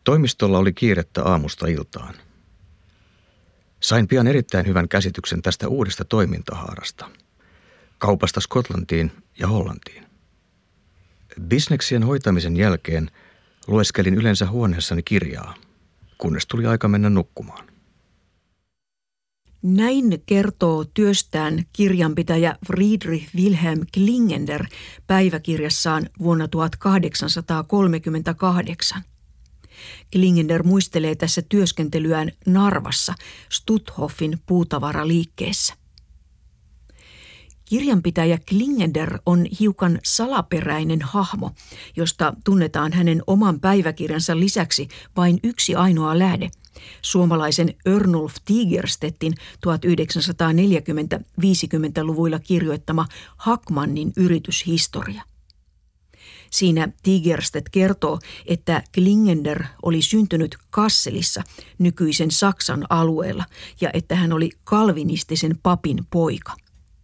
Toimistolla oli kiirettä aamusta iltaan. Sain pian erittäin hyvän käsityksen tästä uudesta toimintahaarasta. Kaupasta Skotlantiin ja Hollantiin. Bisneksien hoitamisen jälkeen lueskelin yleensä huoneessani kirjaa, kunnes tuli aika mennä nukkumaan. Näin kertoo työstään kirjanpitäjä Friedrich Wilhelm Klingender päiväkirjassaan vuonna 1838. Klingender muistelee tässä työskentelyään Narvassa Stuthoffin puutavaraliikkeessä. Kirjanpitäjä Klingender on hiukan salaperäinen hahmo, josta tunnetaan hänen oman päiväkirjansa lisäksi vain yksi ainoa lähde, suomalaisen Örnulf Tigerstedtin 1940-50-luvuilla kirjoittama Hackmannin yrityshistoria. Siinä Tigerstedt kertoo, että Klingender oli syntynyt Kasselissa nykyisen Saksan alueella ja että hän oli kalvinistisen papin poika.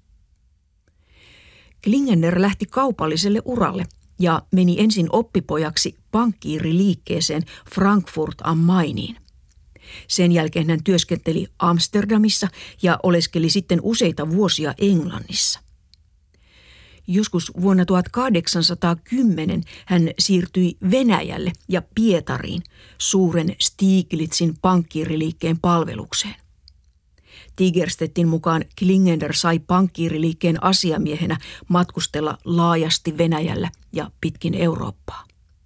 Klingender lähti kaupalliselle uralle ja meni ensin oppipojaksi pankkiiriliikkeeseen Frankfurt am Mainiin. Sen jälkeen hän työskenteli Amsterdamissa ja oleskeli sitten useita vuosia Englannissa. Joskus vuonna 1810 hän siirtyi Venäjälle ja Pietariin suuren Stieglitzin pankkiiriliikkeen palvelukseen. Tigerstedtin mukaan Klingender sai pankkiiriliikkeen asiamiehenä matkustella laajasti Venäjällä ja pitkin Eurooppaa.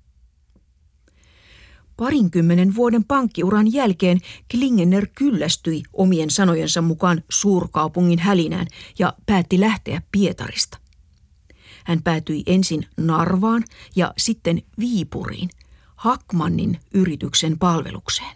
20 vuoden pankkiuran jälkeen Klingender kyllästyi omien sanojensa mukaan suurkaupungin hälinään ja päätti lähteä Pietarista. Hän päätyi ensin Narvaan ja sitten Viipuriin, Hackmannin yrityksen palvelukseen.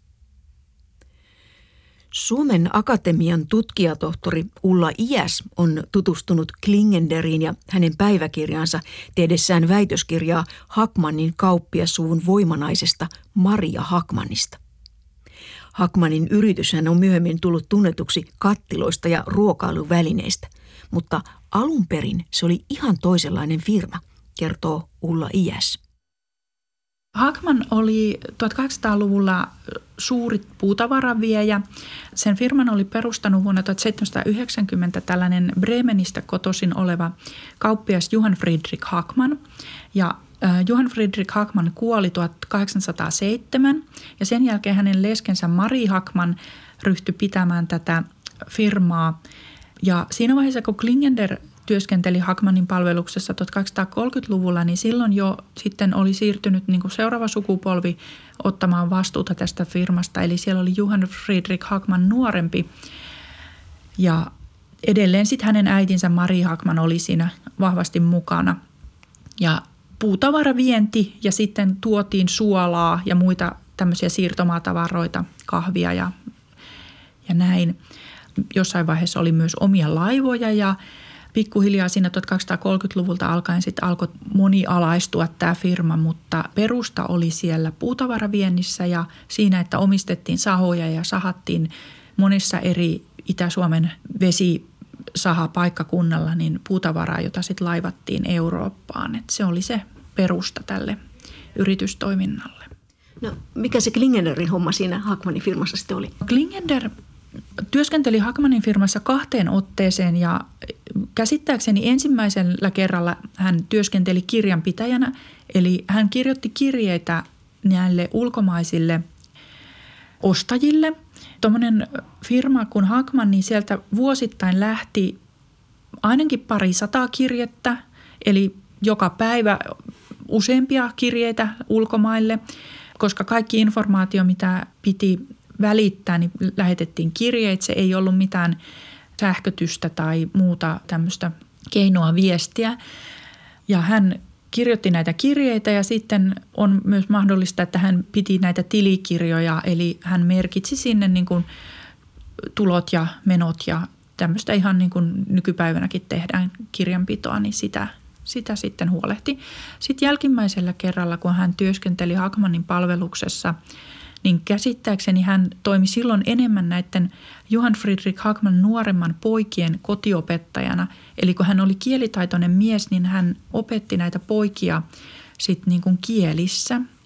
Suomen Akatemian tutkijatohtori Ulla Iäs on tutustunut Klingenderiin ja hänen päiväkirjaansa tehdessään väitöskirjaa Hackmannin kauppiassuvun voimanaisesta Maria Hackmannista. Hackmannin yrityshän on myöhemmin tullut tunnetuksi kattiloista ja ruokailuvälineistä, mutta alun perin se oli ihan toisenlainen firma, kertoo Ulla Iäs. Hackmann oli 1800-luvulla suuri puutavaraviejä. Sen firman oli perustanut vuonna 1790 tällainen Bremenistä kotoisin oleva kauppias Johann Friedrich Hackmann. Ja Johann Friedrich Hackmann kuoli 1807 ja sen jälkeen hänen leskensä Marie Hackmann ryhtyi pitämään tätä firmaa. Ja siinä vaiheessa, kun Klingender työskenteli Hackmannin palveluksessa 1830-luvulla, niin silloin jo sitten oli siirtynyt niin kuin seuraava sukupolvi ottamaan vastuuta tästä firmasta. Eli siellä oli Johann Friedrich Hackmann nuorempi ja edelleen sitten hänen äitinsä Marie Hackmann oli siinä vahvasti mukana. Ja puutavaravienti ja sitten tuotiin suolaa ja muita tämmöisiä siirtomaatavaroita, kahvia ja näin. Jossain vaiheessa oli myös omia laivoja ja pikkuhiljaa siinä 1230-luvulta alkaen sitten alkoi monialaistua tämä firma, mutta perusta oli siellä puutavaraviennissä ja siinä, että omistettiin sahoja ja sahattiin monessa eri Itä-Suomen vesisahapaikkakunnalla niin puutavaraa, jota sitten laivattiin Eurooppaan. Et se oli se perusta tälle yritystoiminnalle. No, mikä se Klingenderin homma siinä Hackmannin firmassa sitten oli? Klingender työskenteli Hackmannin firmassa 2 otteeseen ja käsittääkseni ensimmäisellä kerralla hän työskenteli kirjanpitäjänä. Eli hän kirjoitti kirjeitä näille ulkomaisille ostajille. Tuommoinen firma kuin Hackmann, niin sieltä vuosittain lähti ainakin 200 kirjettä, eli joka päivä useampia kirjeitä ulkomaille, koska kaikki informaatio, mitä piti välittää, niin lähetettiin kirjeitse. Ei ollut mitään sähkötystä tai muuta tämmöistä keinoa viestiä. Ja hän kirjoitti näitä kirjeitä ja sitten on myös mahdollista, että hän piti näitä tilikirjoja. Eli hän merkitsi sinne niin kuin tulot ja menot ja tämmöistä ihan niin kuin nykypäivänäkin tehdään kirjanpitoa, niin sitä sitten huolehti. Sitten jälkimmäisellä kerralla, kun hän työskenteli Hackmannin palveluksessa, niin käsittääkseni hän toimi silloin enemmän näiden Johann Friedrich Hackmann nuoremman poikien kotiopettajana. Eli kun hän oli kielitaitoinen mies, niin hän opetti näitä poikia sitten niin kuin kielissä.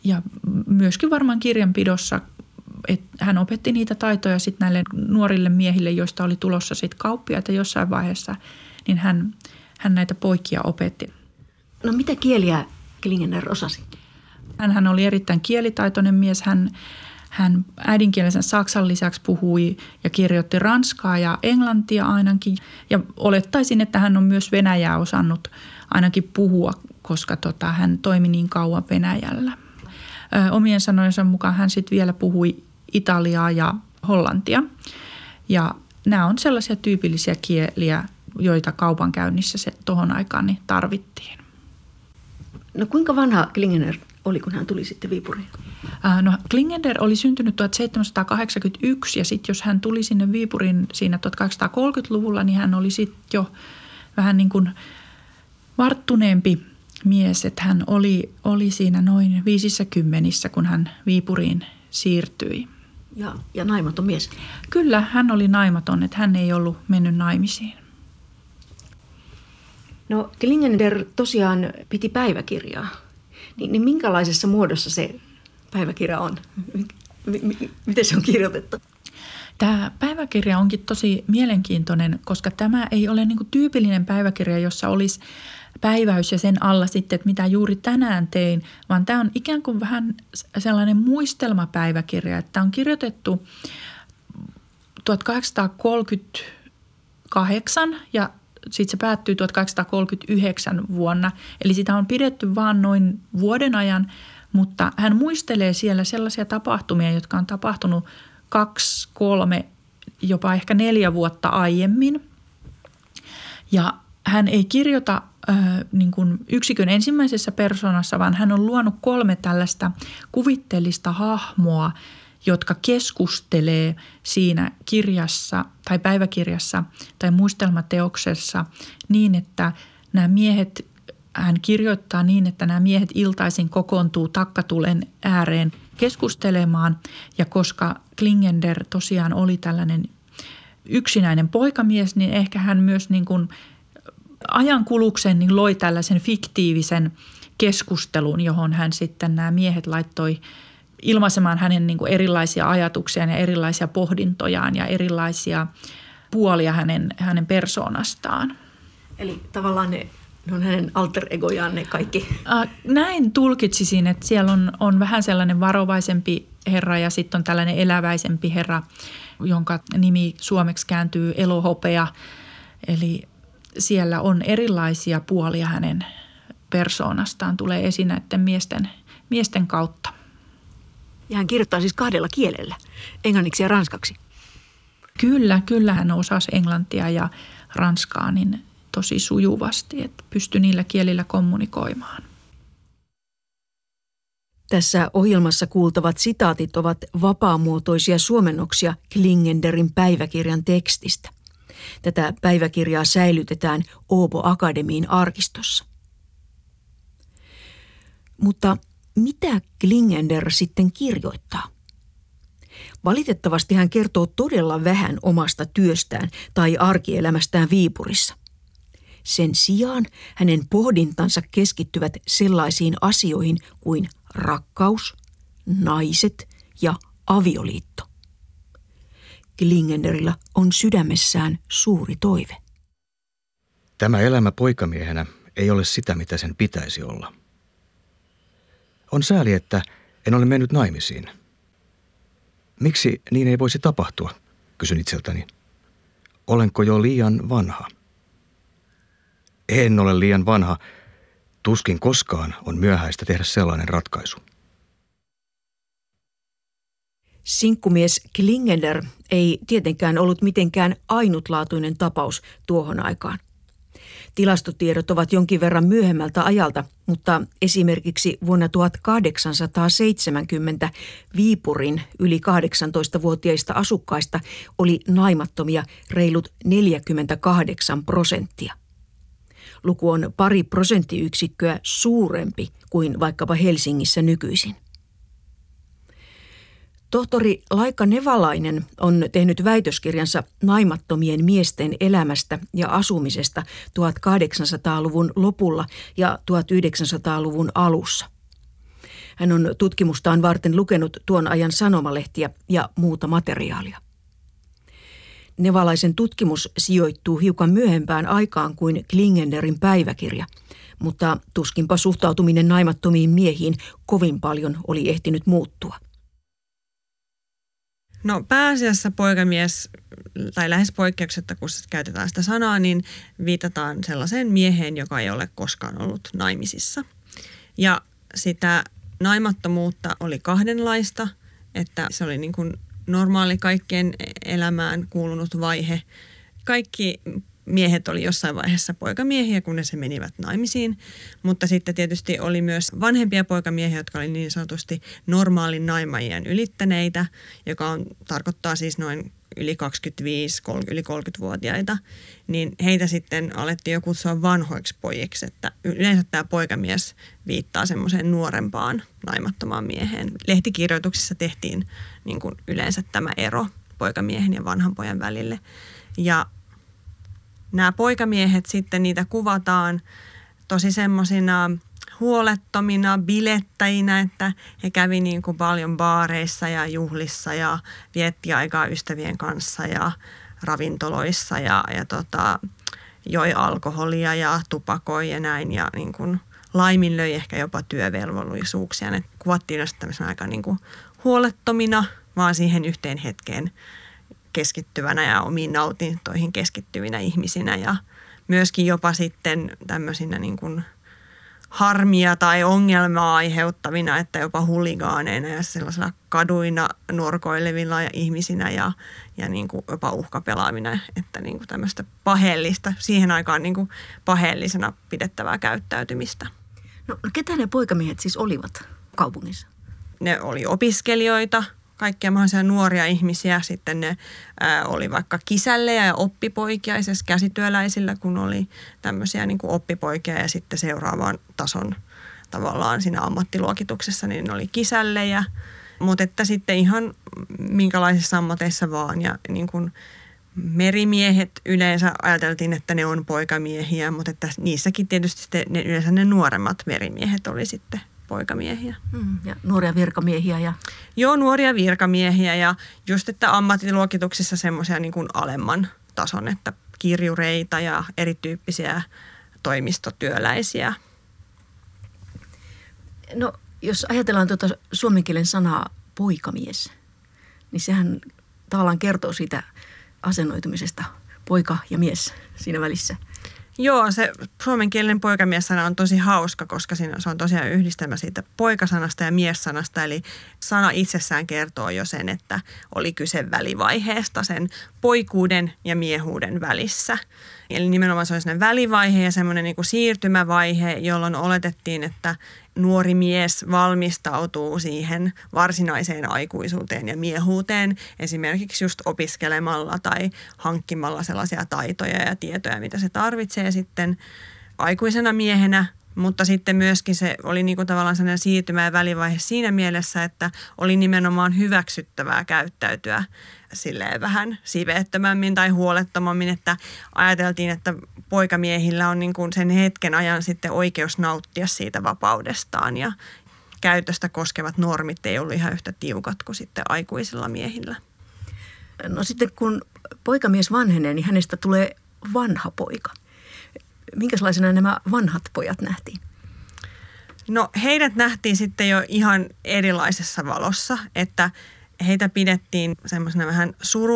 ja myöskin varmaan kirjanpidossa, että hän opetti niitä taitoja sitten näille nuorille miehille, joista oli tulossa sitten kauppiaita jossain vaiheessa, niin hän näitä poikia opetti. No mitä kieliä Klingener osasi? Hän oli erittäin kielitaitoinen mies. Hän äidinkielensä saksan lisäksi puhui ja kirjoitti ranskaa ja englantia ainakin. Ja olettaisin, että hän on myös venäjää osannut ainakin puhua, koska hän toimi niin kauan Venäjällä. Omien sanojensa mukaan hän sitten vielä puhui italiaa ja hollantia. Ja nämä on sellaisia tyypillisiä kieliä, joita kaupankäynnissä tuohon aikaan niin tarvittiin. No kuinka vanha Klingener oli, kun hän tuli sitten Viipuriin? No Klingener oli syntynyt 1781 ja sitten jos hän tuli sinne Viipuriin siinä 1830-luvulla, niin hän oli sitten jo vähän niin kuin varttuneempi mies, että hän oli siinä noin 50, kun hän Viipuriin siirtyi. Ja naimaton mies? Kyllä, hän oli naimaton, että hän ei ollut mennyt naimisiin. No Klingener tosiaan piti päiväkirjaa. Niin minkälaisessa muodossa se päiväkirja on? Miten se on kirjoitettu? Tämä päiväkirja onkin tosi mielenkiintoinen, koska tämä ei ole niin kuin tyypillinen päiväkirja, jossa olisi päiväys ja sen alla sitten, että mitä juuri tänään tein, vaan tämä on ikään kuin vähän sellainen muistelmapäiväkirja, että tämä on kirjoitettu 1838 ja sitten se päättyy 1839 vuonna, eli sitä on pidetty vain noin vuoden ajan, mutta hän muistelee siellä sellaisia tapahtumia, jotka on tapahtunut 2, 3, jopa ehkä 4 vuotta aiemmin. Ja hän ei kirjoita niin kuin yksikön ensimmäisessä persoonassa, vaan hän on luonut 3 tällaista kuvitteellista hahmoa, jotka keskustelee siinä kirjassa tai päiväkirjassa tai muistelmateoksessa niin, että nämä miehet, hän kirjoittaa niin, että nämä miehet iltaisin kokoontuu takkatulen ääreen keskustelemaan. Ja koska Klingener tosiaan oli tällainen yksinäinen poikamies, niin ehkä hän myös niin kuin ajankulukseen niin loi tällaisen fiktiivisen keskustelun, johon hän sitten nämä miehet laittoi ilmaisemaan hänen niin kuin erilaisia ajatuksiaan ja erilaisia pohdintojaan ja erilaisia puolia hänen persoonastaan. Eli tavallaan ne on hänen alter egojaan ne kaikki. Näin tulkitsisin, että siellä on vähän sellainen varovaisempi herra ja sitten on tällainen eläväisempi herra, jonka nimi suomeksi kääntyy elohopea. Eli siellä on erilaisia puolia hänen persoonastaan, tulee esiin näiden miesten kautta. Ja hän kirjoittaa siis 2 kielellä, englanniksi ja ranskaksi. Kyllä hän osasi englantia ja ranskaa niin tosi sujuvasti, että pystyi niillä kielillä kommunikoimaan. Tässä ohjelmassa kuultavat sitaatit ovat vapaamuotoisia suomennoksia Klingenderin päiväkirjan tekstistä. Tätä päiväkirjaa säilytetään Åbo Akademiin arkistossa. Mutta mitä Klingender sitten kirjoittaa? Valitettavasti hän kertoo todella vähän omasta työstään tai arkielämästään Viipurissa. Sen sijaan hänen pohdintansa keskittyvät sellaisiin asioihin kuin rakkaus, naiset ja avioliitto. Klingenderillä on sydämessään suuri toive. Tämä elämä poikamiehenä ei ole sitä, mitä sen pitäisi olla. On sääli, että en ole mennyt naimisiin. Miksi niin ei voisi tapahtua, kysyn itseltäni. Olenko jo liian vanha? En ole liian vanha. Tuskin koskaan on myöhäistä tehdä sellainen ratkaisu. Sinkkumies Klingender ei tietenkään ollut mitenkään ainutlaatuinen tapaus tuohon aikaan. Tilastotiedot ovat jonkin verran myöhemmältä ajalta, mutta esimerkiksi vuonna 1870 Viipurin yli 18-vuotiaista asukkaista oli naimattomia reilut 48%. Luku on 2 prosenttiyksikköä suurempi kuin vaikkapa Helsingissä nykyisin. Tohtori Laika Nevalainen on tehnyt väitöskirjansa naimattomien miesten elämästä ja asumisesta 1800-luvun lopulla ja 1900-luvun alussa. Hän on tutkimustaan varten lukenut tuon ajan sanomalehtiä ja muuta materiaalia. Nevalaisen tutkimus sijoittuu hiukan myöhempään aikaan kuin Klingenderin päiväkirja, mutta tuskinpa suhtautuminen naimattomiin miehiin kovin paljon oli ehtinyt muuttua. No pääasiassa poikamies, tai lähes poikkeuksetta, kun käytetään sitä sanaa, niin viitataan sellaiseen mieheen, joka ei ole koskaan ollut naimisissa. Ja sitä naimattomuutta oli kahdenlaista, että se oli niin kuin normaali kaikkien elämään kuulunut vaihe. Kaikki miehet oli jossain vaiheessa poikamiehiä, kunnes he menivät naimisiin, mutta sitten tietysti oli myös vanhempia poikamiehiä, jotka oli niin sanotusti normaalin naimaiän ylittäneitä, joka tarkoittaa siis noin yli 25, yli 30-vuotiaita, niin heitä sitten alettiin jo kutsua vanhoiksi pojiksi, että yleensä tämä poikamies viittaa semmoiseen nuorempaan naimattomaan mieheen. Lehtikirjoituksissa tehtiin niin kuin yleensä tämä ero poikamiehen ja vanhan pojan välille. Ja nämä poikamiehet sitten niitä kuvataan tosi semmoisina huolettomina bilettäjinä, että he kävi niin kuin paljon baareissa ja juhlissa ja vietti aikaa ystävien kanssa ja ravintoloissa ja joi alkoholia ja tupakoi ja näin ja niin kuin laiminlöi ehkä jopa työvelvollisuuksia. Ne kuvattiin yleensä tämmöisenä aika niin kuin huolettomina, vaan siihen yhteen hetkeen keskittyvänä ja omiin nautintoihin keskittyvinä ihmisinä ja myöskin jopa sitten tämmöisinä niin kuin harmia tai ongelmaa aiheuttavina, että jopa huligaaneina ja sellaisilla kaduina norkoilevilla ihmisinä ja niin kuin jopa uhkapelaamina, että niin kuin tämmöistä paheellista, siihen aikaan niin kuin paheellisena pidettävää käyttäytymistä. No ketä ne poikamiehet siis olivat kaupungissa? Ne oli opiskelijoita, kaikkia mahdollisia nuoria ihmisiä. Sitten ne oli vaikka kisällejä ja oppipoikia, siis käsityöläisillä, kun oli tämmöisiä niin kuin oppipoikia ja sitten seuraavan tason tavallaan siinä ammattiluokituksessa, niin ne oli kisällejä. Mutta että sitten ihan minkälaisissa ammateissa vaan ja niin kuin merimiehet yleensä ajateltiin, että ne on poikamiehiä, mutta että niissäkin tietysti yleensä ne nuoremmat merimiehet oli sitten poikamiehiä. Ja nuoria virkamiehiä ja... Joo, nuoria virkamiehiä ja just, että ammattiluokituksissa semmoisia niin kuin alemman tason, että kirjureita ja erityyppisiä toimistotyöläisiä. No, jos ajatellaan tuota suomen kielen sanaa poikamies, niin sehän tavallaan kertoo siitä asennoitumisesta poika ja mies siinä välissä. Joo, se suomenkielinen poikamies-sana on tosi hauska, koska se on tosiaan yhdistelmä siitä poikasanasta ja miessanasta. Eli sana itsessään kertoo jo sen, että oli kyse välivaiheesta sen poikuuden ja miehuuden välissä. Eli nimenomaan se on sellainen välivaihe ja semmoinen niin kuin siirtymävaihe, jolloin oletettiin, että nuori mies valmistautuu siihen varsinaiseen aikuisuuteen ja miehuuteen esimerkiksi just opiskelemalla tai hankkimalla sellaisia taitoja ja tietoja, mitä se tarvitsee sitten aikuisena miehenä. Mutta sitten myöskin se oli niin kuin tavallaan sellainen siirtymä ja välivaihe siinä mielessä, että oli nimenomaan hyväksyttävää käyttäytyä silleen vähän siveettömämmin tai huolettomammin, että ajateltiin, että poikamiehillä on niin kuin sen hetken ajan sitten oikeus nauttia siitä vapaudestaan ja käytöstä koskevat normit ei ollut ihan yhtä tiukat kuin sitten aikuisilla miehillä. No sitten kun poikamies vanhenee, niin hänestä tulee vanha poika. Minkälaisena nämä vanhat pojat nähtiin? No heidät nähtiin sitten jo ihan erilaisessa valossa, että heitä pidettiin semmoisena vähän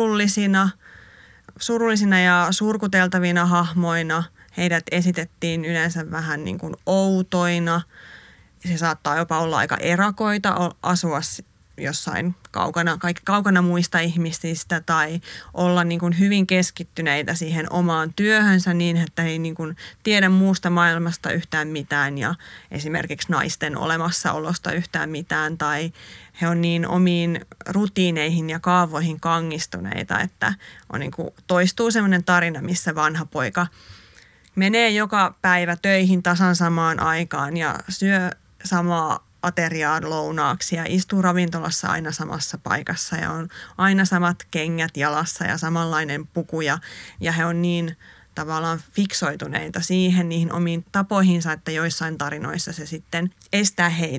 surullisina ja surkuteltavina hahmoina. Heidät esitettiin yleensä vähän niin kuin outoina. Se saattaa jopa olla aika erakoita asua jossain kaukana muista ihmisistä tai olla niin kuin hyvin keskittyneitä siihen omaan työhönsä niin, että ei niin kuin tiedä muusta maailmasta yhtään mitään ja esimerkiksi naisten olemassaolosta yhtään mitään tai he on niin omiin rutiineihin ja kaavoihin kangistuneita, että on niin kuin toistuu sellainen tarina, missä vanha poika menee joka päivä töihin tasan samaan aikaan ja syö samaa ateriaan lounaaksi ja istuu ravintolassa aina samassa paikassa ja on aina samat kengät jalassa ja samanlainen puku ja he on niin tavallaan fiksoituneita siihen niihin omiin tapoihinsa, että joissain tarinoissa se sitten estää heitä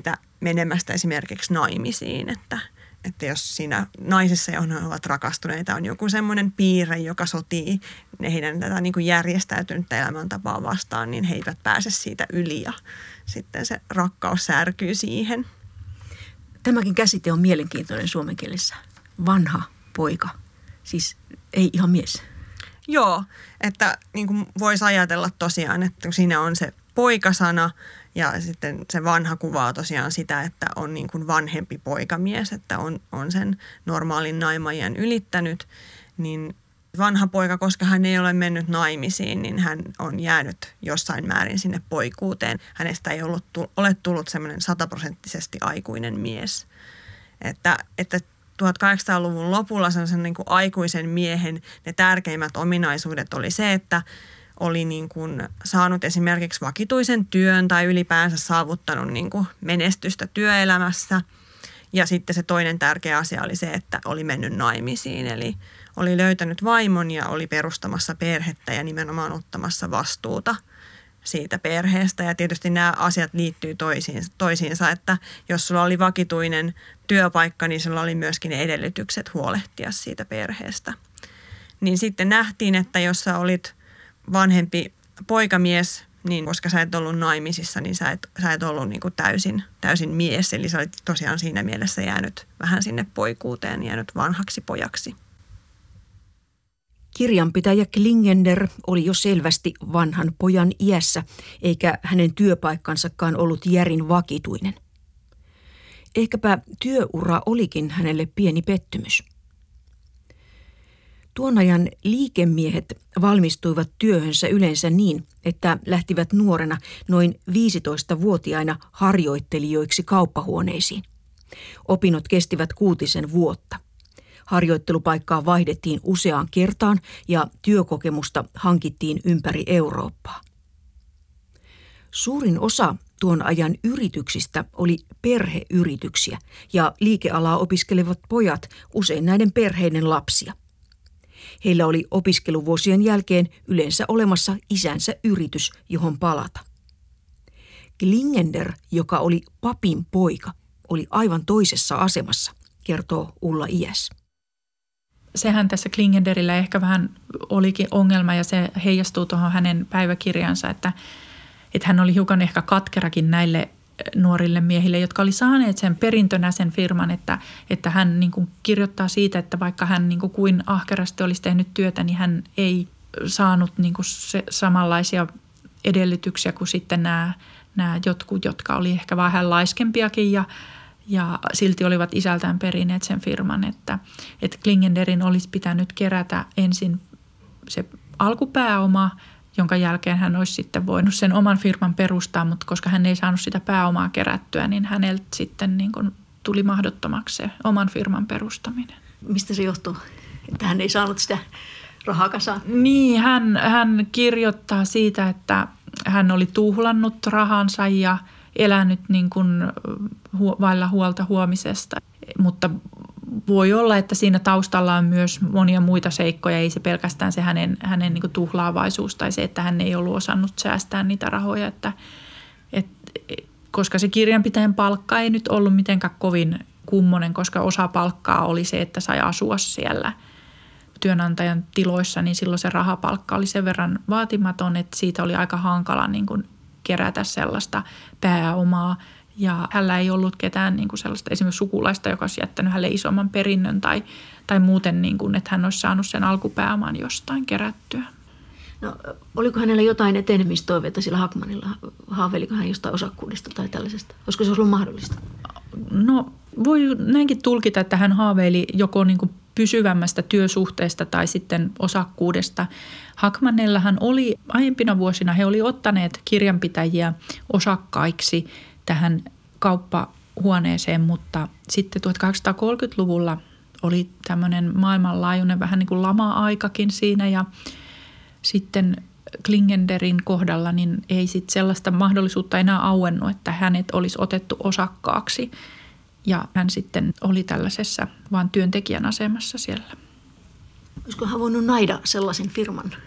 menemästä esimerkiksi naimisiin, että jos siinä naisessa, johon he ovat rakastuneita, on joku semmoinen piirre, joka sotii heidän tätä niin kuin järjestäytynyttä elämäntapaa vastaan, niin he eivät pääse siitä yli ja sitten se rakkaus särkyy siihen. Tämäkin käsite on mielenkiintoinen suomen kielessä. Vanha poika, siis ei ihan mies. Joo, että niin kuin voisi ajatella tosiaan, että siinä on se poikasana ja sitten se vanha kuvaa tosiaan sitä, että on niin kuin vanhempi poikamies, että on sen normaalin naimaiän ylittänyt, niin vanha poika, koska hän ei ole mennyt naimisiin, niin hän on jäänyt jossain määrin sinne poikuuteen. Hänestä ei ole tullut semmoinen 100% aikuinen mies. Että 1800-luvun lopulla sellaisen niin kuin aikuisen miehen ne tärkeimmät ominaisuudet oli se, että oli niin kuin saanut esimerkiksi vakituisen työn tai ylipäänsä saavuttanut niin kuin menestystä työelämässä. Ja sitten se toinen tärkeä asia oli se, että oli mennyt naimisiin, eli oli löytänyt vaimon ja oli perustamassa perhettä ja nimenomaan ottamassa vastuuta siitä perheestä. Ja tietysti nämä asiat liittyy toisiinsa, että jos sulla oli vakituinen työpaikka, niin sulla oli myöskin edellytykset huolehtia siitä perheestä. Niin sitten nähtiin, että jos sä olit vanhempi poikamies, niin koska sä et ollut naimisissa, niin sä et ollut niin kuin täysin mies. Eli sä olit tosiaan siinä mielessä jäänyt vähän sinne poikuuteen, jäänyt vanhaksi pojaksi. Kirjanpitäjä Klingender oli jo selvästi vanhan pojan iässä, eikä hänen työpaikkansakaan ollut järin vakituinen. Ehkäpä työura olikin hänelle pieni pettymys. Tuon ajan liikemiehet valmistuivat työhönsä yleensä niin, että lähtivät nuorena noin 15-vuotiaina harjoittelijoiksi kauppahuoneisiin. Opinnot kestivät 6 vuotta. Harjoittelupaikkaa vaihdettiin useaan kertaan ja työkokemusta hankittiin ympäri Eurooppaa. Suurin osa tuon ajan yrityksistä oli perheyrityksiä ja liikealaa opiskelevat pojat usein näiden perheiden lapsia. Heillä oli opiskeluvuosien jälkeen yleensä olemassa isänsä yritys, johon palata. Klingender, joka oli papin poika, oli aivan toisessa asemassa, kertoo Ulla Iäs. Sehän tässä Klingenderillä ehkä vähän olikin ongelma ja se heijastuu tuohon hänen päiväkirjansa, että hän oli hiukan ehkä katkerakin näille nuorille miehille, jotka oli saaneet sen perintönä sen firman, että hän niin kuin kirjoittaa siitä, että vaikka hän niin kuin ahkerasti olisi tehnyt työtä, niin hän ei saanut niin kuin samanlaisia edellytyksiä kuin sitten nämä jotkut, jotka oli ehkä vähän laiskempiakin ja silti olivat isältään perineet sen firman, että Klingenderin olisi pitänyt kerätä ensin se alkupääoma, jonka jälkeen hän olisi sitten voinut sen oman firman perustaa, mutta koska hän ei saanut sitä pääomaa kerättyä, niin häneltä sitten niin kuin tuli mahdottomaksi se oman firman perustaminen. Mistä se johtuu, että hän ei saanut sitä rahaa kasaan? Niin, hän kirjoittaa siitä, että hän oli tuhlannut rahansa ja elänyt niin kuin vailla huolta huomisesta, mutta voi olla, että siinä taustalla on myös monia muita seikkoja, ei se pelkästään se hänen niin kuin tuhlaavaisuus tai se, että hän ei ollut osannut säästää niitä rahoja, koska se kirjanpitäjän palkka ei nyt ollut mitenkään kovin kummonen, koska osa palkkaa oli se, että sai asua siellä työnantajan tiloissa, niin silloin se rahapalkka oli sen verran vaatimaton, että siitä oli aika hankala niin kuin kerätä sellaista pääomaa. Ja hänellä ei ollut ketään niin kuin sellaista esimerkiksi sukulaista, joka olisi jättänyt hänelle isomman perinnön tai muuten, niin kuin, että hän olisi saanut sen alkupääoman jostain kerättyä. No, oliko hänellä jotain etenemistoiveita sillä Hackmanilla? Haaveiliko hän jostain osakkuudesta tai tällaisesta? Olisiko se ollut mahdollista? No voi näinkin tulkita, että hän haaveili joko niin kuin pysyvämmästä työsuhteesta tai sitten osakkuudesta. Hackmanillahan oli aiempina vuosina, he oli ottaneet kirjanpitäjiä osakkaiksi tähän kauppahuoneeseen, mutta sitten 1830-luvulla oli tämmöinen maailmanlaajuinen vähän niin kuin lama-aikakin siinä ja sitten Klingenderin kohdalla niin ei sitten sellaista mahdollisuutta enää auennut, että hänet olisi otettu osakkaaksi ja hän sitten oli tällaisessa vaan työntekijän asemassa siellä. Olisiko hän voinut naida sellaisen firman?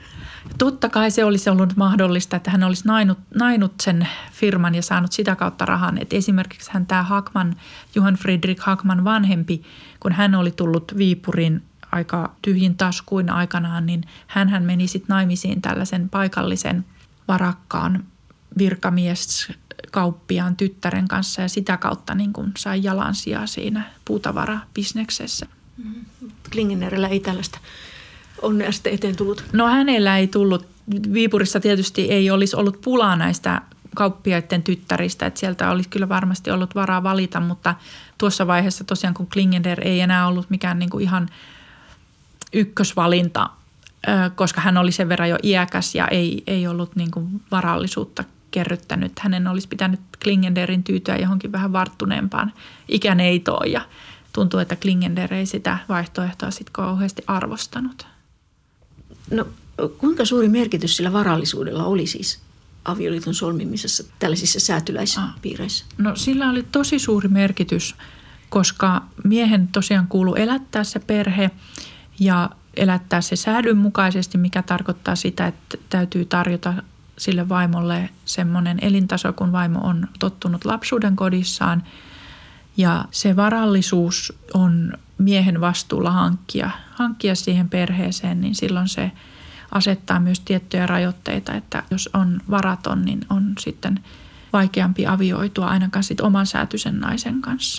Totta kai se olisi ollut mahdollista, että hän olisi nainut sen firman ja saanut sitä kautta rahan. Et esimerkiksi tämä Hackman, Johan Friedrich Hackman vanhempi, kun hän oli tullut Viipuriin aika tyhjin taskuin aikanaan, niin hän meni sitten naimisiin tällaisen paikallisen varakkaan virkamieskauppiaan tyttären kanssa ja sitä kautta niin kun sai jalansijaa siinä puutavarabisneksessä. Klingenderillä ei tällaista onnea sitten eteen tullut? No hänellä ei tullut. Viipurissa tietysti ei olisi ollut pulaa näistä kauppiaiden tyttäristä, että sieltä olisi kyllä varmasti ollut varaa valita, mutta tuossa vaiheessa tosiaan kun Klingender ei enää ollut mikään niin kuin ihan ykkösvalinta, koska hän oli sen verran jo iäkäs ja ei ollut niin kuin varallisuutta kerryttänyt. Hänen olisi pitänyt Klingenderin tyytyä johonkin vähän varttuneempaan ikäneitoon ja tuntuu, että Klingender ei sitä vaihtoehtoa sitten kauheasti arvostanut. No kuinka suuri merkitys sillä varallisuudella oli siis avioliiton solmimisessa tällaisissa säätyläispiireissä? No sillä oli tosi suuri merkitys, koska miehen tosiaan kuului elättää se perhe ja elättää se säädyn mukaisesti, mikä tarkoittaa sitä, että täytyy tarjota sille vaimolle semmoinen elintaso, kun vaimo on tottunut lapsuuden kodissaan. Ja se varallisuus on miehen vastuulla hankkia siihen perheeseen, niin silloin se asettaa myös tiettyjä rajoitteita, että jos on varaton, niin on sitten vaikeampi avioitua ainakaan sitten oman säätyisen naisen kanssa.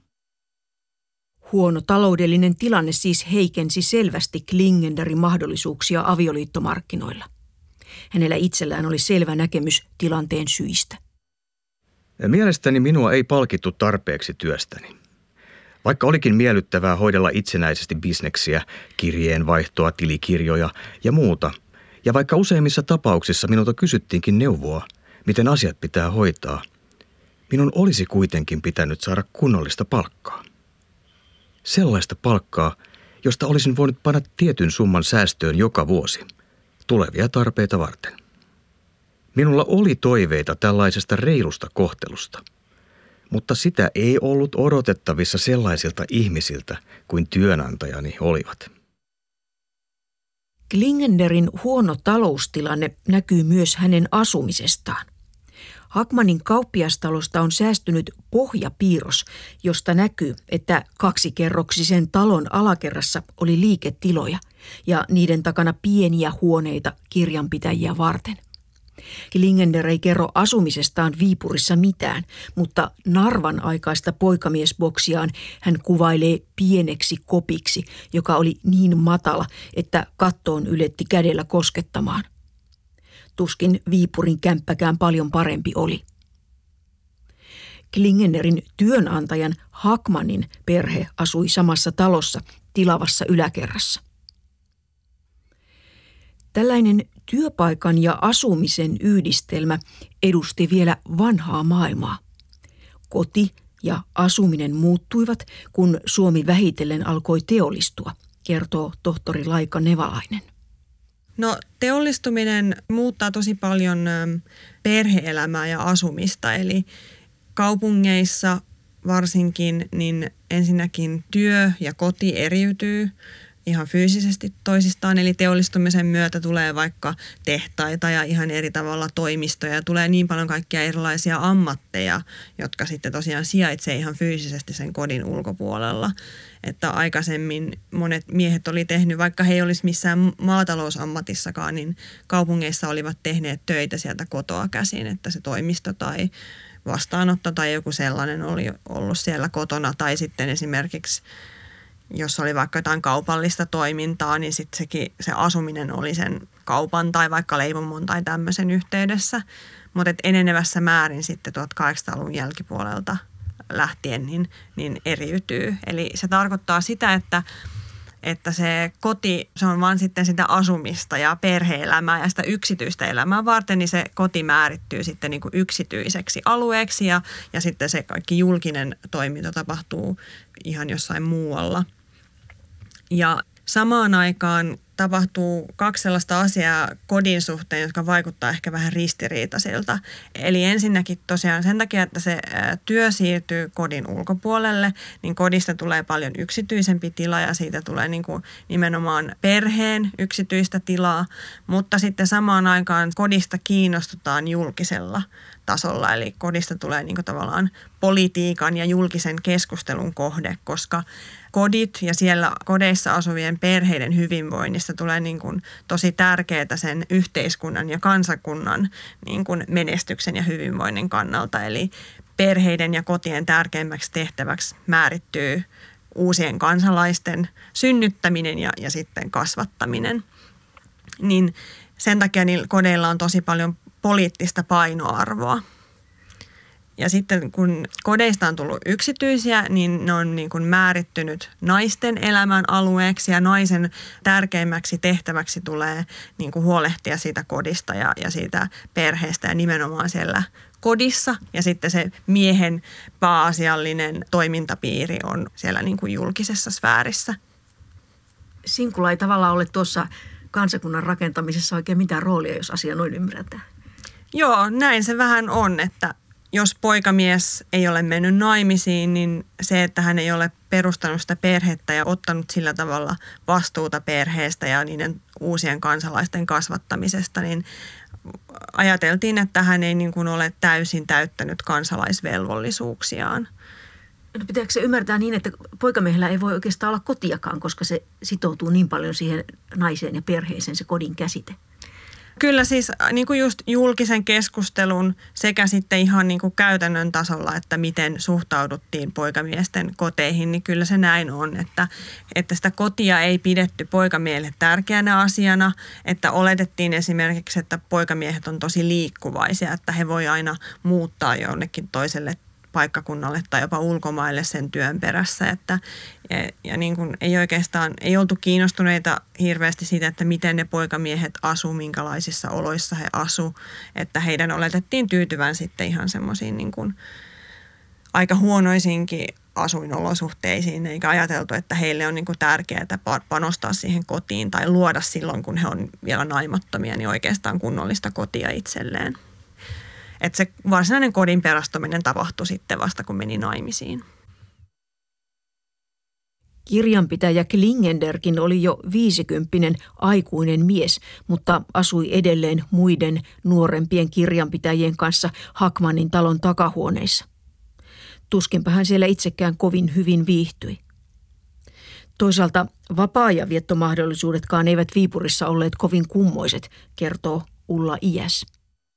Huono taloudellinen tilanne siis heikensi selvästi Klingenderin mahdollisuuksia avioliittomarkkinoilla. Hänellä itsellään oli selvä näkemys tilanteen syistä. Mielestäni minua ei palkittu tarpeeksi työstäni. Vaikka olikin miellyttävää hoidella itsenäisesti bisneksiä, kirjeenvaihtoa, tilikirjoja ja muuta, ja vaikka useimmissa tapauksissa minulta kysyttiinkin neuvoa, miten asiat pitää hoitaa, minun olisi kuitenkin pitänyt saada kunnollista palkkaa. Sellaista palkkaa, josta olisin voinut panna tietyn summan säästöön joka vuosi, tulevia tarpeita varten. Minulla oli toiveita tällaisesta reilusta kohtelusta, mutta sitä ei ollut odotettavissa sellaisilta ihmisiltä kuin työnantajani olivat. Klingenderin huono taloustilanne näkyy myös hänen asumisestaan. Hackmanin kauppiastalosta on säästynyt pohjapiirros, josta näkyy, että 2-kerroksisen talon alakerrassa oli liiketiloja ja niiden takana pieniä huoneita kirjanpitäjiä varten. Klingender ei kerro asumisestaan Viipurissa mitään, mutta Narvan aikaista poikamiesboksiaan hän kuvailee pieneksi kopiksi, joka oli niin matala, että kattoon yletti kädellä koskettamaan. Tuskin Viipurin kämppäkään paljon parempi oli. Klingenderin työnantajan Hackmanin perhe asui samassa talossa tilavassa yläkerrassa. Tällainen työpaikan ja asumisen yhdistelmä edusti vielä vanhaa maailmaa. Koti ja asuminen muuttuivat, kun Suomi vähitellen alkoi teollistua, kertoo tohtori Laika Nevalainen. No teollistuminen muuttaa tosi paljon perhe-elämää ja asumista, eli kaupungeissa varsinkin niin ensinnäkin työ ja koti eriytyy ihan fyysisesti toisistaan, eli teollistumisen myötä tulee vaikka tehtaita ja ihan eri tavalla toimistoja. Tulee niin paljon kaikkia erilaisia ammatteja, jotka sitten tosiaan sijaitsee ihan fyysisesti sen kodin ulkopuolella. Että aikaisemmin monet miehet oli tehnyt, vaikka he ei olisi missään maatalousammatissakaan, niin kaupungeissa olivat tehneet töitä sieltä kotoa käsin, että se toimisto tai vastaanotto tai joku sellainen oli ollut siellä kotona. Tai sitten esimerkiksi jos oli vaikka jotain kaupallista toimintaa, niin sitten se asuminen oli sen kaupan tai vaikka leivomon tai tämmöisen yhteydessä. Mutta enenevässä määrin sitten 1800-luvun jälkipuolelta lähtien niin eriytyy. Eli se tarkoittaa sitä, että se koti, se on vaan sitten sitä asumista ja perhe-elämää ja sitä yksityistä elämää varten, niin se koti määrittyy sitten niin kuin yksityiseksi alueeksi ja sitten se kaikki julkinen toiminta tapahtuu ihan jossain muualla. Ja samaan aikaan tapahtuu kaksi sellaista asiaa kodin suhteen, jotka vaikuttaa ehkä vähän ristiriitaisilta. Eli ensinnäkin tosiaan sen takia, että se työ siirtyy kodin ulkopuolelle, niin kodista tulee paljon yksityisempi tila ja siitä tulee niin kuin nimenomaan perheen yksityistä tilaa, mutta sitten samaan aikaan kodista kiinnostutaan julkisella tasolla, eli kodista tulee niin kuin tavallaan politiikan ja julkisen keskustelun kohde, koska kodit ja siellä kodeissa asuvien perheiden hyvinvoinnista tulee niin kuin tosi tärkeää sen yhteiskunnan ja kansakunnan niin kuin menestyksen ja hyvinvoinnin kannalta. Eli perheiden ja kotien tärkeimmäksi tehtäväksi määrittyy uusien kansalaisten synnyttäminen ja sitten kasvattaminen. Niin sen takia niillä kodeilla on tosi paljon poliittista painoarvoa. Ja sitten kun kodeista on tullut yksityisiä, niin ne on niin kuin määrittynyt naisten elämän alueeksi ja naisen tärkeimmäksi tehtäväksi tulee niin kuin huolehtia siitä kodista ja siitä perheestä ja nimenomaan siellä kodissa. Ja sitten se miehen pääasiallinen toimintapiiri on siellä niin kuin julkisessa sfäärissä. Sinkulla ei tavallaan ole tuossa kansakunnan rakentamisessa oikein mitään roolia, jos asia noin ymmärretään. Joo, näin se vähän on, että jos poikamies ei ole mennyt naimisiin, niin se, että hän ei ole perustanut sitä perhettä ja ottanut sillä tavalla vastuuta perheestä ja niiden uusien kansalaisten kasvattamisesta, niin ajateltiin, että hän ei niin kuin ole täysin täyttänyt kansalaisvelvollisuuksiaan. No pitääkö se ymmärtää niin, että poikamiehellä ei voi oikeastaan olla kotiakaan, koska se sitoutuu niin paljon siihen naiseen ja perheeseen, se kodin käsite? Kyllä siis niin kuin just julkisen keskustelun sekä sitten ihan niin kuin käytännön tasolla, että miten suhtauduttiin poikamiesten koteihin, niin kyllä se näin on, että sitä kotia ei pidetty poikamiehelle tärkeänä asiana, että oletettiin esimerkiksi, että poikamiehet on tosi liikkuvaisia, että he voi aina muuttaa jonnekin toiselle paikkakunnalle tai jopa ulkomaille sen työn perässä, että ja niin kuin ei oltu kiinnostuneita hirveästi siitä, että miten ne poikamiehet asuu, minkälaisissa oloissa he asu, että heidän oletettiin tyytyvän sitten ihan semmoisiin niin kuin aika huonoisinkin asuinolosuhteisiin, eikä ajateltu, että heille on niin kuin tärkeää panostaa siihen kotiin tai luoda silloin, kun he on vielä naimattomia, niin oikeastaan kunnollista kotia itselleen. Että se varsinainen kodin perustaminen tapahtui sitten vasta, kun meni naimisiin. Kirjanpitäjä Klingenderkin oli jo 50 aikuinen mies, mutta asui edelleen muiden nuorempien kirjanpitäjien kanssa Hackmanin talon takahuoneissa. Tuskinpä hän siellä itsekään kovin hyvin viihtyi. Toisaalta vapaa-ajanviettomahdollisuudetkaan eivät Viipurissa olleet kovin kummoiset, kertoo Ulla Iäs.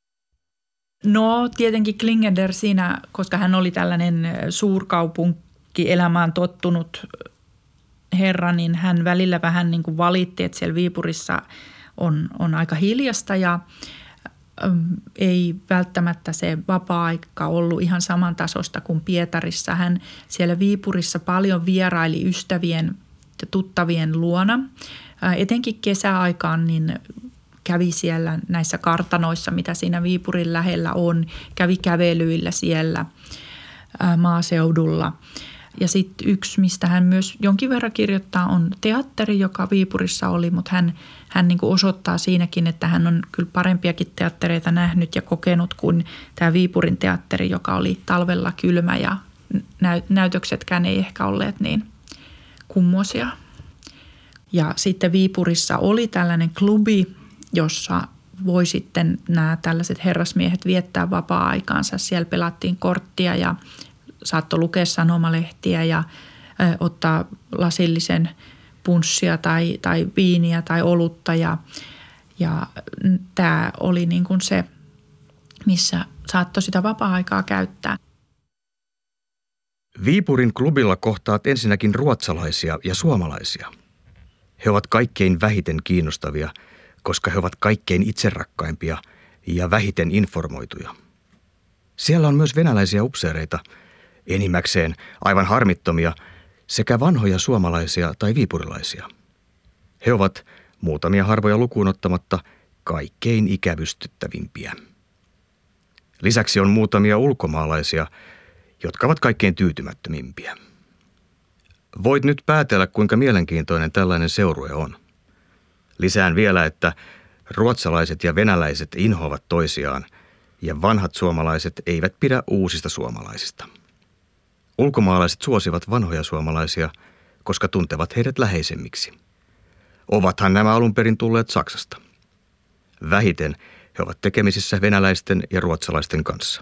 No tietenkin Klingender siinä, koska hän oli tällainen suurkaupunkielämään tottunut herra, niin hän välillä vähän niin kuin valitti, että siellä Viipurissa on aika hiljasta ja ei välttämättä se vapaa-aika ollut ihan samantasosta kuin Pietarissa. Hän siellä Viipurissa paljon vieraili ystävien ja tuttavien luona. Etenkin kesäaikaan niin kävi siellä näissä kartanoissa, mitä siinä Viipurin lähellä on, kävi kävelyillä siellä maaseudulla. Ja sitten yksi, mistä hän myös jonkin verran kirjoittaa, on teatteri, joka Viipurissa oli, mutta hän niin kuin osoittaa siinäkin, että hän on kyllä parempiakin teattereita nähnyt ja kokenut kuin tämä Viipurin teatteri, joka oli talvella kylmä ja näytöksetkään ei ehkä olleet niin kummoisia. Ja sitten Viipurissa oli tällainen klubi, jossa voi sitten nämä tällaiset herrasmiehet viettää vapaa-aikaansa. Siellä pelattiin korttia ja saattoi lukea sanomalehtiä ja ottaa lasillisen punssia tai viiniä tai olutta. Ja tämä oli niin kuin se, missä saattoi sitä vapaa-aikaa käyttää. Viipurin klubilla kohtaat ensinnäkin ruotsalaisia ja suomalaisia. He ovat kaikkein vähiten kiinnostavia, koska he ovat kaikkein itserakkaimpia ja vähiten informoituja. Siellä on myös venäläisiä upseereita, enimmäkseen aivan harmittomia, sekä vanhoja suomalaisia tai viipurilaisia. He ovat, muutamia harvoja lukuun ottamatta, kaikkein ikävystyttävimpiä. Lisäksi on muutamia ulkomaalaisia, jotka ovat kaikkein tyytymättömimpiä. Voit nyt päätellä, kuinka mielenkiintoinen tällainen seurue on. Lisään vielä, että ruotsalaiset ja venäläiset inhoavat toisiaan ja vanhat suomalaiset eivät pidä uusista suomalaisista. Ulkomaalaiset suosivat vanhoja suomalaisia, koska tuntevat heidät läheisemmiksi. Ovathan nämä alun perin tulleet Saksasta. Vähiten he ovat tekemisissä venäläisten ja ruotsalaisten kanssa.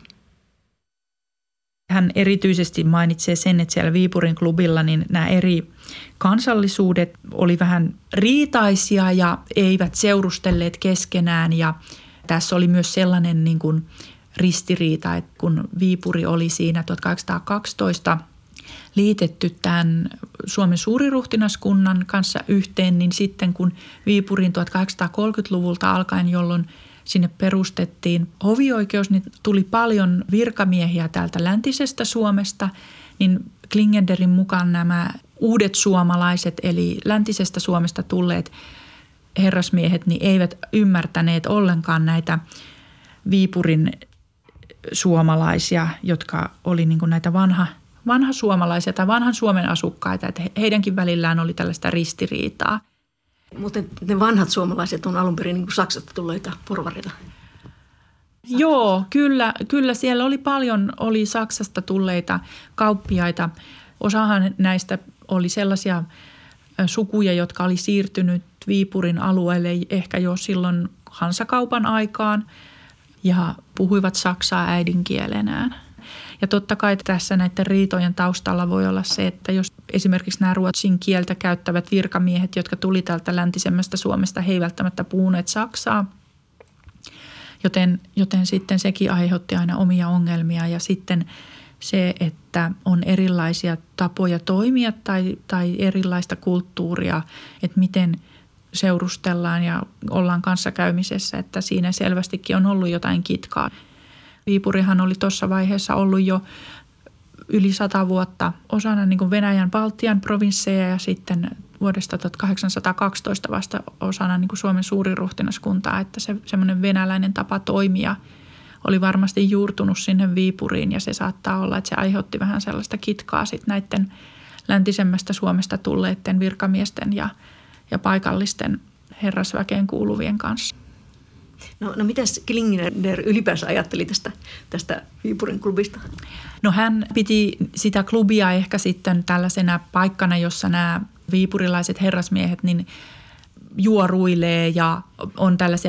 Hän erityisesti mainitsee sen, että siellä Viipurin klubilla niin nämä eri kansallisuudet oli vähän riitaisia ja eivät seurustelleet keskenään. Ja tässä oli myös sellainen niin kuin ristiriita, että kun Viipuri oli siinä 1812 liitetty tämän Suomen suuriruhtinaskunnan kanssa yhteen, niin sitten kun Viipurin 1830-luvulta alkaen, jolloin sinne perustettiin hovioikeus, niin tuli paljon virkamiehiä täältä läntisestä Suomesta, niin Klingenderin mukaan nämä uudet suomalaiset, eli läntisestä Suomesta tulleet herrasmiehet, niin eivät ymmärtäneet ollenkaan näitä Viipurin suomalaisia, jotka oli niin kuin näitä vanha suomalaisia tai vanhan Suomen asukkaita, että heidänkin välillään oli tällaista ristiriitaa. Mutta ne vanhat suomalaiset on alun perin niin kuin Saksasta tulleita porvareita. Joo, kyllä siellä oli paljon Saksasta tulleita kauppiaita. Osahan näistä oli sellaisia sukuja, jotka oli siirtynyt Viipurin alueelle ehkä jo silloin Hansakaupan aikaan ja puhuivat saksaa äidinkielenään. Ja totta kai tässä näiden riitojen taustalla voi olla se, että jos esimerkiksi nämä ruotsin kieltä käyttävät virkamiehet, jotka tuli täältä läntisemmästä Suomesta, he ei välttämättä puhuneet saksaa, joten sitten sekin aiheutti aina omia ongelmia. Ja sitten se, että on erilaisia tapoja toimia tai erilaista kulttuuria, että miten seurustellaan ja ollaan kanssakäymisessä, että siinä selvästikin on ollut jotain kitkaa. Viipurihan oli tuossa vaiheessa ollut jo yli 100 vuotta osana niin kuin Venäjän Baltian provinsseja ja sitten vuodesta 1812 vasta osana niin kuin Suomen suuriruhtinaskuntaa, että se semmoinen venäläinen tapa toimia oli varmasti juurtunut sinne Viipuriin ja se saattaa olla, että se aiheutti vähän sellaista kitkaa sitten näiden läntisemmästä Suomesta tulleiden virkamiesten ja paikallisten herrasväkeen kuuluvien kanssa. No mitäs Klingender ylipäänsä ajatteli tästä Viipurin klubista? No hän piti sitä klubia ehkä sitten tällaisena paikkana, jossa nämä viipurilaiset herrasmiehet niin juoruilee ja on tällaisia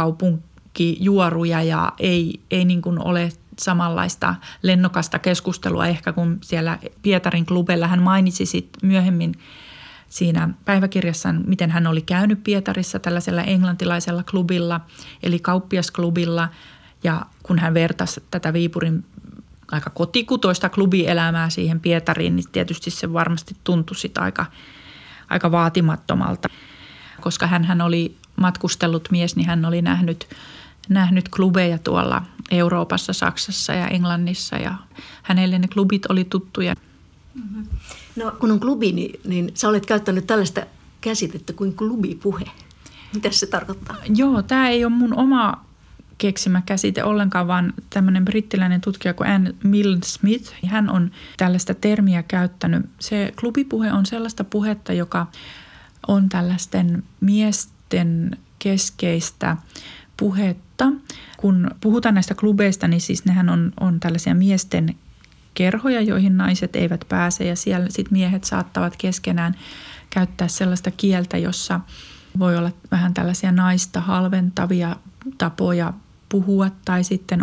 pikkukaupunkijuoruja ja ei niin kuin ole samanlaista lennokasta keskustelua ehkä kuin siellä Pietarin klubella. Hän mainitsi sitten myöhemmin siinä päiväkirjassaan, miten hän oli käynyt Pietarissa tällaisella englantilaisella klubilla, eli kauppiasklubilla. Ja kun hän vertasi tätä Viipurin aika kotikutoista klubielämää siihen Pietariin, niin tietysti se varmasti tuntui sitä aika vaatimattomalta. Koska hän oli matkustellut mies, niin hän oli nähnyt klubeja tuolla Euroopassa, Saksassa ja Englannissa ja hänelle ne klubit oli tuttuja. Mm-hmm. No kun on klubi, niin sä olet käyttänyt tällaista käsitettä kuin klubipuhe. Mitä se tarkoittaa? Joo, tämä ei ole mun oma keksimä käsite ollenkaan, vaan tämmöinen brittiläinen tutkija kuin Anne Milne Smith. Hän on tällaista termiä käyttänyt. Se klubipuhe on sellaista puhetta, joka on tällaisten miesten keskeistä puhetta. Kun puhutaan näistä klubeista, niin siis nehän on tällaisia miesten kerhoja, joihin naiset eivät pääse ja siellä sitten miehet saattavat keskenään käyttää sellaista kieltä, jossa voi olla vähän tällaisia naista halventavia tapoja puhua tai sitten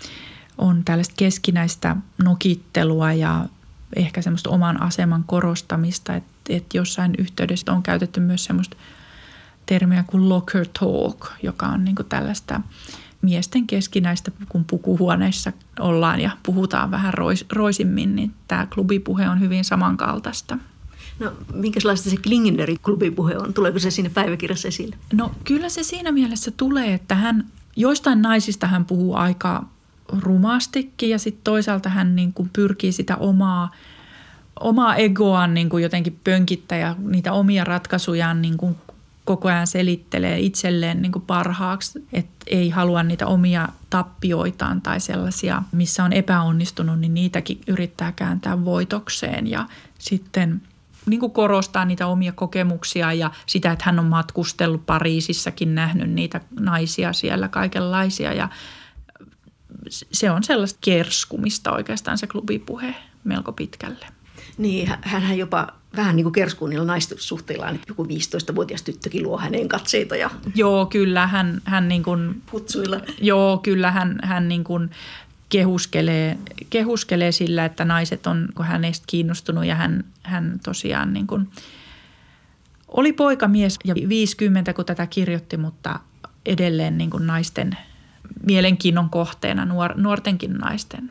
on tällaista keskinäistä nokittelua ja ehkä semmoista oman aseman korostamista, että jossain yhteydessä on käytetty myös semmoista termiä kuin locker talk, joka on niin kuin tällaista miesten keskinäistä, kun pukuhuoneessa ollaan ja puhutaan vähän roisimmin, niin tämä klubipuhe on hyvin samankaltaista. No minkälaista se Klingenderin klubipuhe on? Tuleeko se siinä päiväkirjassa esille? No kyllä se siinä mielessä tulee, että joistain naisista hän puhuu aika rumastikin ja sitten toisaalta hän niin kuin pyrkii sitä omaa egoaan niin kuin jotenkin pönkittää ja niitä omia ratkaisujaan niin kuin koko ajan selittelee itselleen niin kuin parhaaksi, että ei halua niitä omia tappioitaan tai sellaisia, missä on epäonnistunut, niin niitäkin yrittää kääntää voitokseen. Ja sitten niin kuin korostaa niitä omia kokemuksia ja sitä, että hän on matkustellut Pariisissakin, nähnyt niitä naisia siellä kaikenlaisia ja se on sellaista kerskumista oikeastaan se klubipuhe melko pitkälle. Niin, hänhän jopa vähän niin kuin kerskuun naissuhteillaan, että joku 15-vuotias tyttökin luo häneen katseita. Ja Joo, kyllä hän niin kuin, putsuilla. Joo, kyllä hän niin kuin kehuskelee sillä, että naiset on hänestä kiinnostunut ja hän tosiaan niin kuin oli poikamies ja 50, kun tätä kirjoitti, mutta edelleen niin kuin naisten mielenkiinnon kohteena, nuortenkin naisten.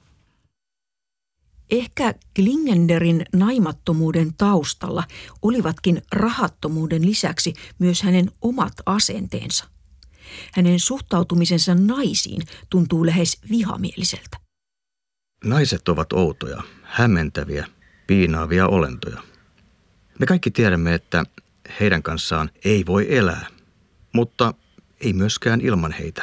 Ehkä Klingenderin naimattomuuden taustalla olivatkin rahattomuuden lisäksi myös hänen omat asenteensa. Hänen suhtautumisensa naisiin tuntuu lähes vihamieliseltä. Naiset ovat outoja, hämmentäviä, piinaavia olentoja. Me kaikki tiedämme, että heidän kanssaan ei voi elää, mutta ei myöskään ilman heitä.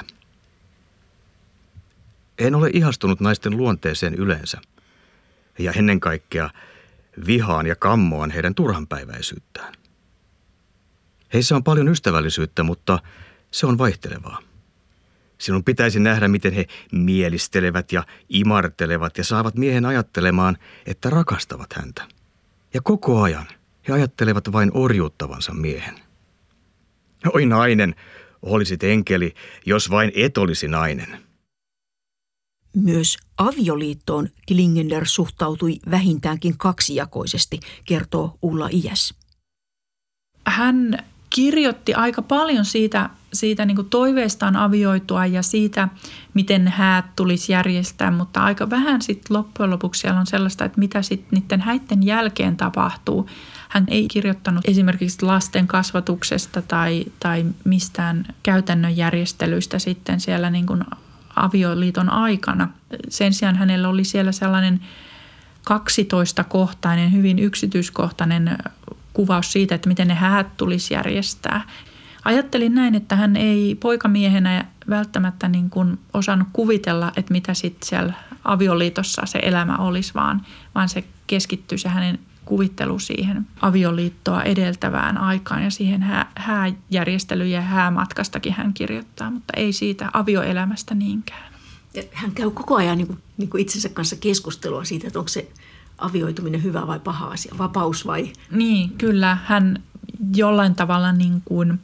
En ole ihastunut naisten luonteeseen yleensä. Ja ennen kaikkea vihaan ja kammoan heidän turhanpäiväisyyttään. Heissä on paljon ystävällisyyttä, mutta se on vaihtelevaa. Sinun pitäisi nähdä, miten he mielistelevät ja imartelevat ja saavat miehen ajattelemaan, että rakastavat häntä. Ja koko ajan he ajattelevat vain orjuuttavansa miehen. Oi nainen, olisit enkeli, jos vain et olisi nainen. Myös avioliittoon Klingender suhtautui vähintäänkin kaksijakoisesti, kertoo Ulla Iäs. Hän kirjoitti aika paljon siitä niin kuin toiveestaan avioitua ja siitä, miten häät tulisi järjestää, mutta aika vähän sitten loppujen lopuksi siellä on sellaista, että mitä sitten niiden häitten jälkeen tapahtuu. Hän ei kirjoittanut esimerkiksi lasten kasvatuksesta tai mistään käytännön järjestelyistä sitten siellä niin kuin avioliiton aikana. Sen sijaan hänellä oli siellä sellainen 12-kohtainen, hyvin yksityiskohtainen kuvaus siitä, että miten ne häät tulisi järjestää. Ajattelin näin, että hän ei poikamiehenä välttämättä niin kuin osannut kuvitella, että mitä sitten siellä avioliitossa se elämä olisi, vaan se keskittyy se hänen kuvittelu siihen avioliittoa edeltävään aikaan ja siihen hääjärjestelyyn ja häämatkastakin hän kirjoittaa, mutta ei siitä avioelämästä niinkään. Ja hän käy koko ajan niin kuin itsensä kanssa keskustelua siitä, että onko se avioituminen hyvä vai paha asia, vapaus vai? Niin, kyllä. Hän jollain tavalla niin kuin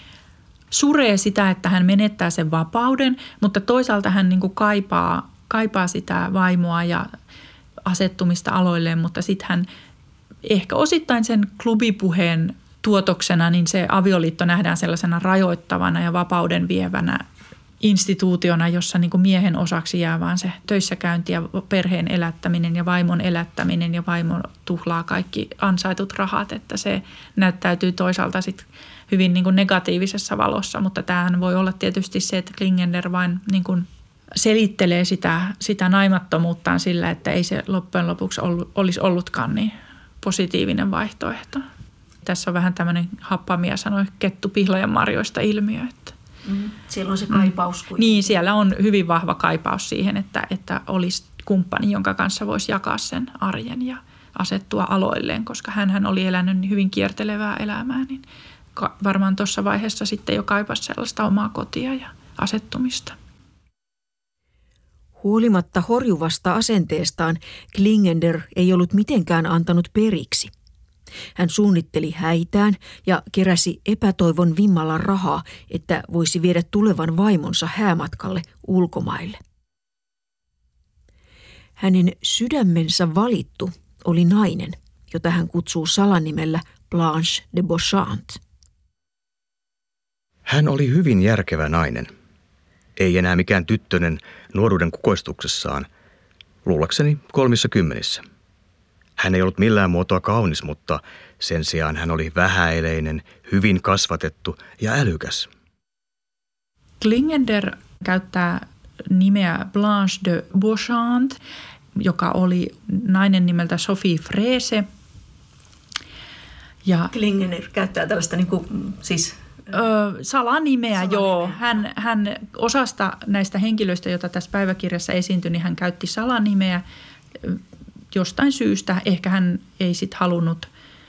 suree sitä, että hän menettää sen vapauden, mutta toisaalta hän niin kuin kaipaa sitä vaimoa ja asettumista aloilleen, mutta sitten hän ehkä osittain sen klubipuheen tuotoksena, niin se avioliitto nähdään sellaisena rajoittavana ja vapauden vievänä instituutiona, jossa niin kuin miehen osaksi jää vaan se töissäkäynti ja perheen elättäminen ja vaimon elättäminen ja vaimo tuhlaa kaikki ansaitut rahat, että se näyttäytyy toisaalta sitten hyvin niin kuin negatiivisessa valossa, mutta tämähän voi olla tietysti se, että Klingender vain niin kuin selittelee sitä naimattomuuttaan sillä, että ei se loppujen lopuksi olisi ollutkaan niin positiivinen vaihtoehto. Tässä on vähän tämmöinen happamia sanoi kettu pihlajan marjoista ilmiö. Että siellä on se kaipaus. Niin, siellä on hyvin vahva kaipaus siihen, että olisi kumppani, jonka kanssa voisi jakaa sen arjen ja asettua aloilleen, koska hänhän oli elänyt hyvin kiertelevää elämää, niin varmaan tuossa vaiheessa sitten jo kaipasi sellaista omaa kotia ja asettumista. Huolimatta horjuvasta asenteestaan Klingender ei ollut mitenkään antanut periksi. Hän suunnitteli häitään ja keräsi epätoivon vimmalla rahaa, että voisi viedä tulevan vaimonsa häämatkalle ulkomaille. Hänen sydämensä valittu oli nainen, jota hän kutsuu salanimellä Blanche de Beauchamp. Hän oli hyvin järkevä nainen. Ei enää mikään tyttönen nuoruuden kukoistuksessaan, luullakseni 30. Hän ei ollut millään muotoa kaunis, mutta sen sijaan hän oli vähäeleinen, hyvin kasvatettu ja älykäs. Klingender käyttää nimeä Blanche de Beauchamp, joka oli nainen nimeltä Sophie Frese. Ja Klingender käyttää tällaista niin kuin, siis salanimeä, joo. Hän osasta näistä henkilöistä, joita tässä päiväkirjassa esiintyi, niin hän käytti salanimeä jostain syystä. Ehkä hän ei sitten halunnut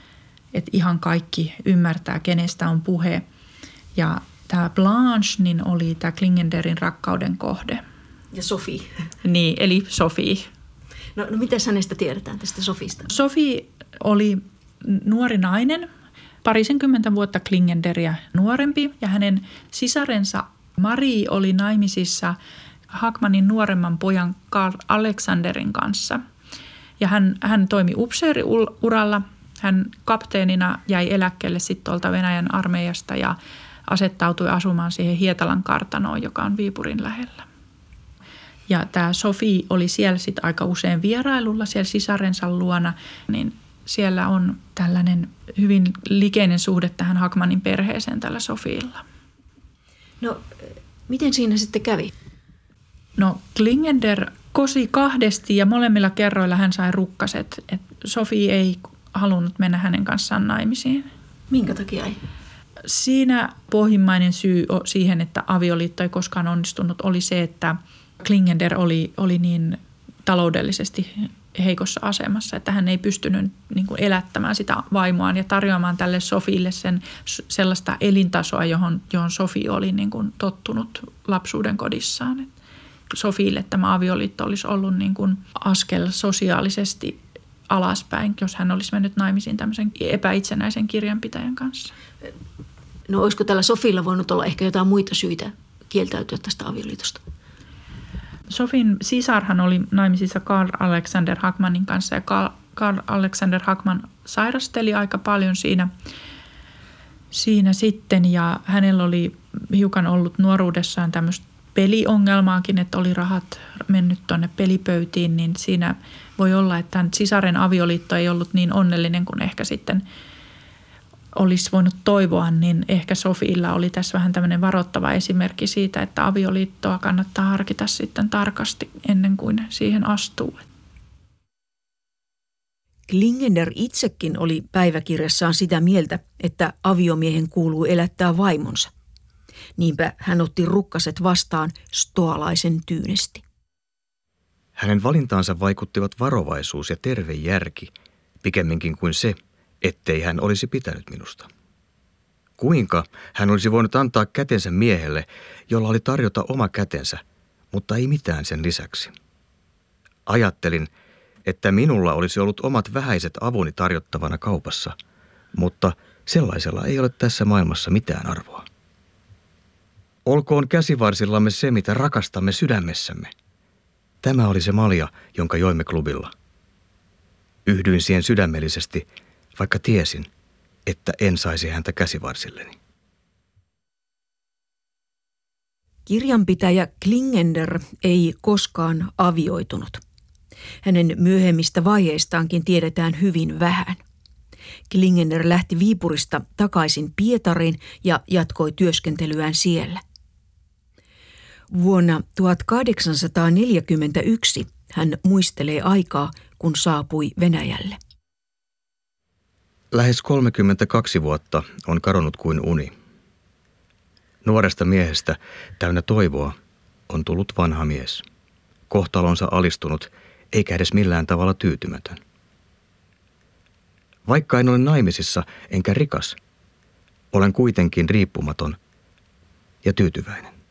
että ihan kaikki ymmärtää, kenestä on puhe. Ja tämä Blanche niin oli tämä Klingenderin rakkauden kohde. Ja Sophie. Niin, eli Sophie. No mitä hänestä tiedetään tästä Sophista? Sophie oli nuori nainen, parisenkymmentä vuotta Klingenderiä nuorempi, ja hänen sisarensa Marie oli naimisissa Hackmannin nuoremman pojan Karl Alexanderin kanssa. Ja hän toimi upseeriuralla. Hän kapteenina jäi eläkkeelle sitten tuolta Venäjän armeijasta ja asettautui asumaan siihen Hietalan kartanoon, joka on Viipurin lähellä. Ja tämä Sophie oli siellä sitten aika usein vierailulla siellä sisarensa luona, niin siellä on tällainen hyvin likeinen suhde tähän Hackmannin perheeseen tällä Sophiella. No, miten siinä sitten kävi? No, Klingender kosi kahdesti ja molemmilla kerroilla hän sai rukkaset. Et Sophie ei halunnut mennä hänen kanssaan naimisiin. Minkä takia ei? Siinä pohjimmainen syy siihen, että avioliitto ei koskaan onnistunut, oli se, että Klingender oli niin taloudellisesti heikossa asemassa, että hän ei pystynyt niin kuin elättämään sitä vaimoaan ja tarjoamaan tälle Sophielle sellaista elintasoa, johon Sophie oli niin kuin tottunut lapsuuden kodissaan. Sophielle tämä avioliitto olisi ollut niin kuin askel sosiaalisesti alaspäin, jos hän olisi mennyt naimisiin tämmöisen epäitsenäisen kirjanpitäjän kanssa. No olisiko tällä Sophiella voinut olla ehkä jotain muita syitä kieltäytyä tästä avioliitosta? Sophien sisarhan oli naimisissa Karl Alexander Hackmannin kanssa ja Karl Alexander Hackman sairasteli aika paljon siinä sitten ja hänellä oli hiukan ollut nuoruudessaan tämmöistä peliongelmaakin, että oli rahat mennyt tuonne pelipöytiin, niin siinä voi olla, että tämän sisaren avioliitto ei ollut niin onnellinen kuin ehkä sitten olisi voinut toivoa, niin ehkä Sophiella oli tässä vähän tämmöinen varoittava esimerkki siitä, että avioliittoa kannattaa harkita sitten tarkasti ennen kuin siihen astuu. Klingender itsekin oli päiväkirjassaan sitä mieltä, että aviomiehen kuuluu elättää vaimonsa. Niinpä hän otti rukkaset vastaan stoalaisen tyynesti. Hänen valintaansa vaikuttivat varovaisuus ja terve järki, pikemminkin kuin se, ettei hän olisi pitänyt minusta. Kuinka hän olisi voinut antaa kätensä miehelle, jolla oli tarjota oma kätensä, mutta ei mitään sen lisäksi? Ajattelin, että minulla olisi ollut omat vähäiset avuni tarjottavana kaupassa, mutta sellaisella ei ole tässä maailmassa mitään arvoa. Olkoon käsivarsillamme se, mitä rakastamme sydämessämme. Tämä oli se malja, jonka joimme klubilla. Yhdyin siihen sydämellisesti, vaikka tiesin, että en saisi häntä käsivarsilleni. Kirjanpitäjä Klingender ei koskaan avioitunut. Hänen myöhemmistä vaiheistaankin tiedetään hyvin vähän. Klingender lähti Viipurista takaisin Pietariin ja jatkoi työskentelyään siellä. Vuonna 1841 hän muistelee aikaa, kun saapui Venäjälle. Lähes 32 vuotta on kadonnut kuin uni. Nuoresta miehestä täynnä toivoa on tullut vanha mies. Kohtalonsa alistunut eikä edes millään tavalla tyytymätön. Vaikka en ole naimisissa enkä rikas, olen kuitenkin riippumaton ja tyytyväinen.